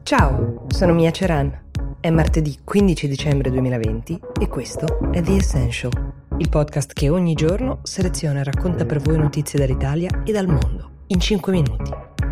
Ciao, sono Mia Ceran. È martedì 15 dicembre 2020 e questo è The Essential, il podcast che ogni giorno seleziona e racconta per voi notizie dall'Italia e dal mondo, in 5 minuti.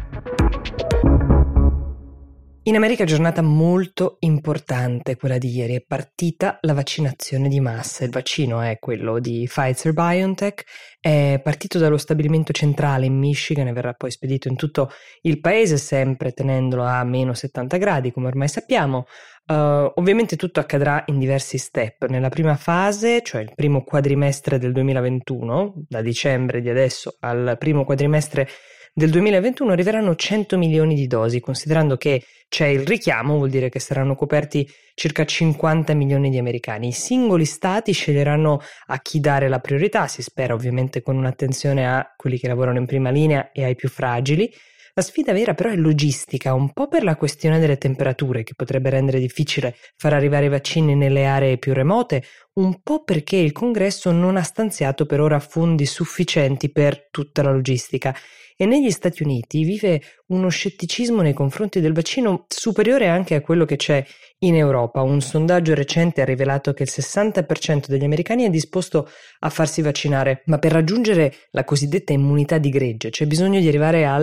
In America giornata molto importante quella di ieri, è partita la vaccinazione di massa. Il vaccino è quello di Pfizer-BioNTech, è partito dallo stabilimento centrale in Michigan e verrà poi spedito in tutto il paese, sempre tenendolo a meno 70 gradi, come ormai sappiamo. Ovviamente tutto accadrà in diversi step. Nella prima fase, cioè il primo quadrimestre del 2021, da dicembre di adesso al primo quadrimestre del 2021 arriveranno 100 milioni di dosi, considerando che c'è il richiamo, vuol dire che saranno coperti circa 50 milioni di americani. I singoli stati sceglieranno a chi dare la priorità, si spera ovviamente con un'attenzione a quelli che lavorano in prima linea e ai più fragili. La sfida vera però è logistica, un po' per la questione delle temperature, che potrebbe rendere difficile far arrivare i vaccini nelle aree più remote, un po' perché il Congresso non ha stanziato per ora fondi sufficienti per tutta la logistica. E negli Stati Uniti vive uno scetticismo nei confronti del vaccino superiore anche a quello che c'è in Europa. Un sondaggio recente ha rivelato che il 60% degli americani è disposto a farsi vaccinare, ma per raggiungere la cosiddetta immunità di gregge c'è bisogno di arrivare al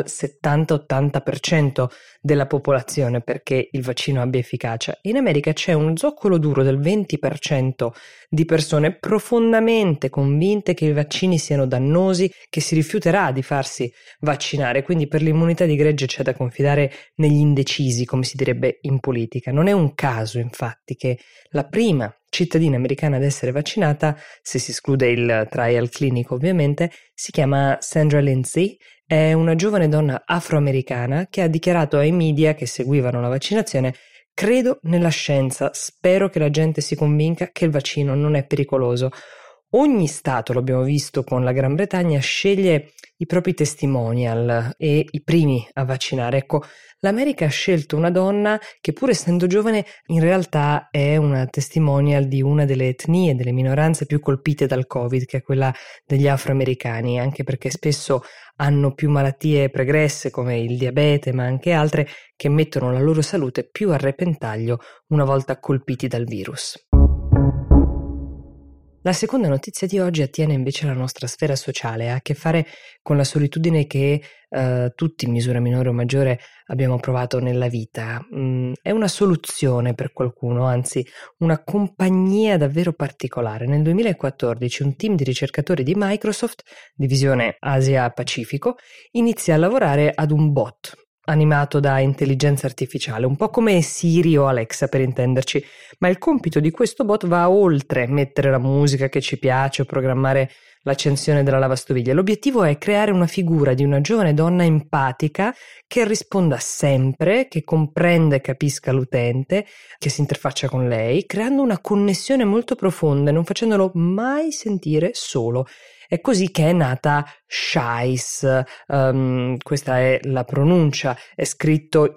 70-80% della popolazione perché il vaccino abbia efficacia. In America c'è un zoccolo duro del 20% di persone profondamente convinte che i vaccini siano dannosi, che si rifiuterà di farsi vaccinare, quindi per l'immunità di gregge c'è da confidare negli indecisi, come si direbbe in politica. Non è un caso, infatti, che la prima cittadina americana ad essere vaccinata, se si esclude il trial clinico ovviamente, si chiama Sandra Lindsay. È una giovane donna afroamericana che ha dichiarato ai media che seguivano la vaccinazione: credo nella scienza, spero che la gente si convinca che il vaccino non è pericoloso. Ogni stato, lo abbiamo visto con la Gran Bretagna, sceglie i propri testimonial e i primi a vaccinare. Ecco, l'America ha scelto una donna che, pur essendo giovane, in realtà è una testimonial di una delle etnie, delle minoranze più colpite dal Covid, che è quella degli afroamericani, anche perché spesso hanno più malattie pregresse come il diabete, ma anche altre che mettono la loro salute più a repentaglio una volta colpiti dal virus. La seconda notizia di oggi attiene invece alla nostra sfera sociale, ha a che fare con la solitudine che tutti, in misura minore o maggiore, abbiamo provato nella vita. È una soluzione per qualcuno, anzi una compagnia davvero particolare. Nel 2014 un team di ricercatori di Microsoft, divisione Asia-Pacifico, inizia a lavorare ad un bot animato da intelligenza artificiale, un po' come Siri o Alexa per intenderci, ma il compito di questo bot va oltre mettere la musica che ci piace o programmare l'accensione della lavastoviglie. L'obiettivo è creare una figura di una giovane donna empatica che risponda sempre, che comprenda e capisca l'utente, che si interfaccia con lei, creando una connessione molto profonda e non facendolo mai sentire solo. È così che è nata Xiaoice, questa è la pronuncia, è scritto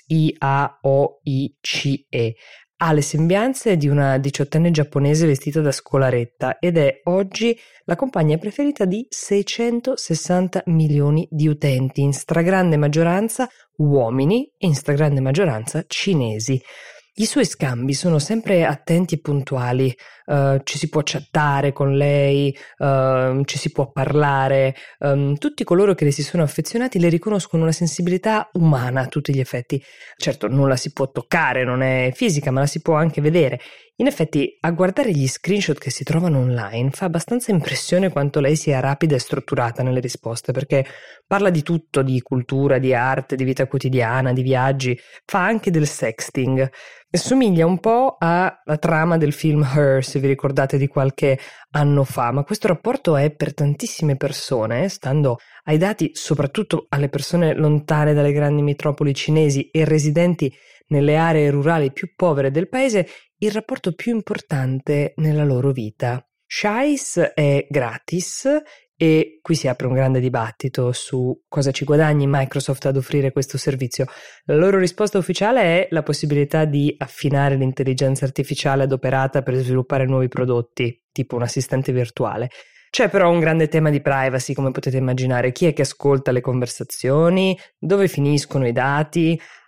Xiaoice. Ha le sembianze di una 18enne giapponese vestita da scolaretta ed è oggi la compagna preferita di 660 milioni di utenti, in stragrande maggioranza uomini e in stragrande maggioranza cinesi. I suoi scambi sono sempre attenti e puntuali, ci si può chattare con lei, ci si può parlare, tutti coloro che le si sono affezionati le riconoscono una sensibilità umana a tutti gli effetti. Certo, non la si può toccare, non è fisica, ma la si può anche vedere. In effetti, a guardare gli screenshot che si trovano online fa abbastanza impressione quanto lei sia rapida e strutturata nelle risposte, perché parla di tutto, di cultura, di arte, di vita quotidiana, di viaggi, fa anche del sexting. E somiglia un po' alla trama del film Her, se vi ricordate, di qualche anno fa, ma questo rapporto è per tantissime persone, stando ai dati soprattutto alle persone lontane dalle grandi metropoli cinesi e residenti nelle aree rurali più povere del paese, il rapporto più importante nella loro vita. Xiaoice è gratis e qui si apre un grande dibattito su cosa ci guadagni Microsoft ad offrire questo servizio. La loro risposta ufficiale è la possibilità di affinare l'intelligenza artificiale adoperata per sviluppare nuovi prodotti, tipo un assistente virtuale. C'è però un grande tema di privacy, come potete immaginare. Chi è che ascolta le conversazioni? Dove finiscono i dati?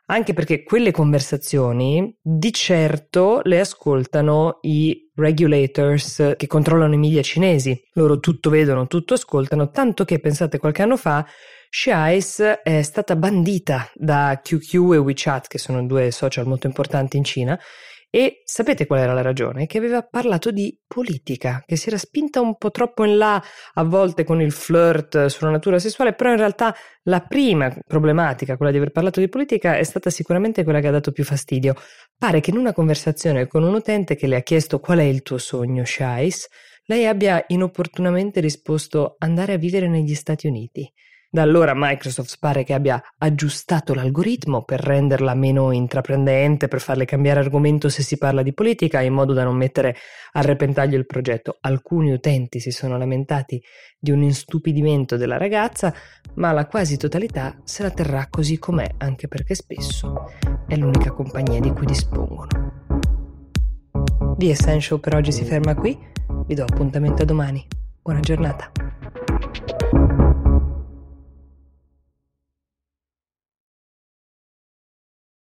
anche perché quelle conversazioni di certo le ascoltano i regulators che controllano i media cinesi. Loro tutto vedono, tutto ascoltano, tanto che, pensate, qualche anno fa She Ice è stata bandita da QQ e WeChat, che sono due social molto importanti in Cina. E sapete qual era la ragione? Che aveva parlato di politica, che si era spinta un po' troppo in là, a volte con il flirt sulla natura sessuale, però in realtà la prima problematica, quella di aver parlato di politica, è stata sicuramente quella che ha dato più fastidio. Pare che in una conversazione con un utente che le ha chiesto qual è il tuo sogno, Shice, lei abbia inopportunamente risposto andare a vivere negli Stati Uniti. Da allora Microsoft pare che abbia aggiustato l'algoritmo per renderla meno intraprendente, per farle cambiare argomento se si parla di politica, in modo da non mettere a repentaglio il progetto. Alcuni utenti si sono lamentati di un instupidimento della ragazza, ma la quasi totalità se la terrà così com'è, anche perché spesso è l'unica compagnia di cui dispongono. The Essential per oggi si ferma qui, vi do appuntamento a domani. Buona giornata.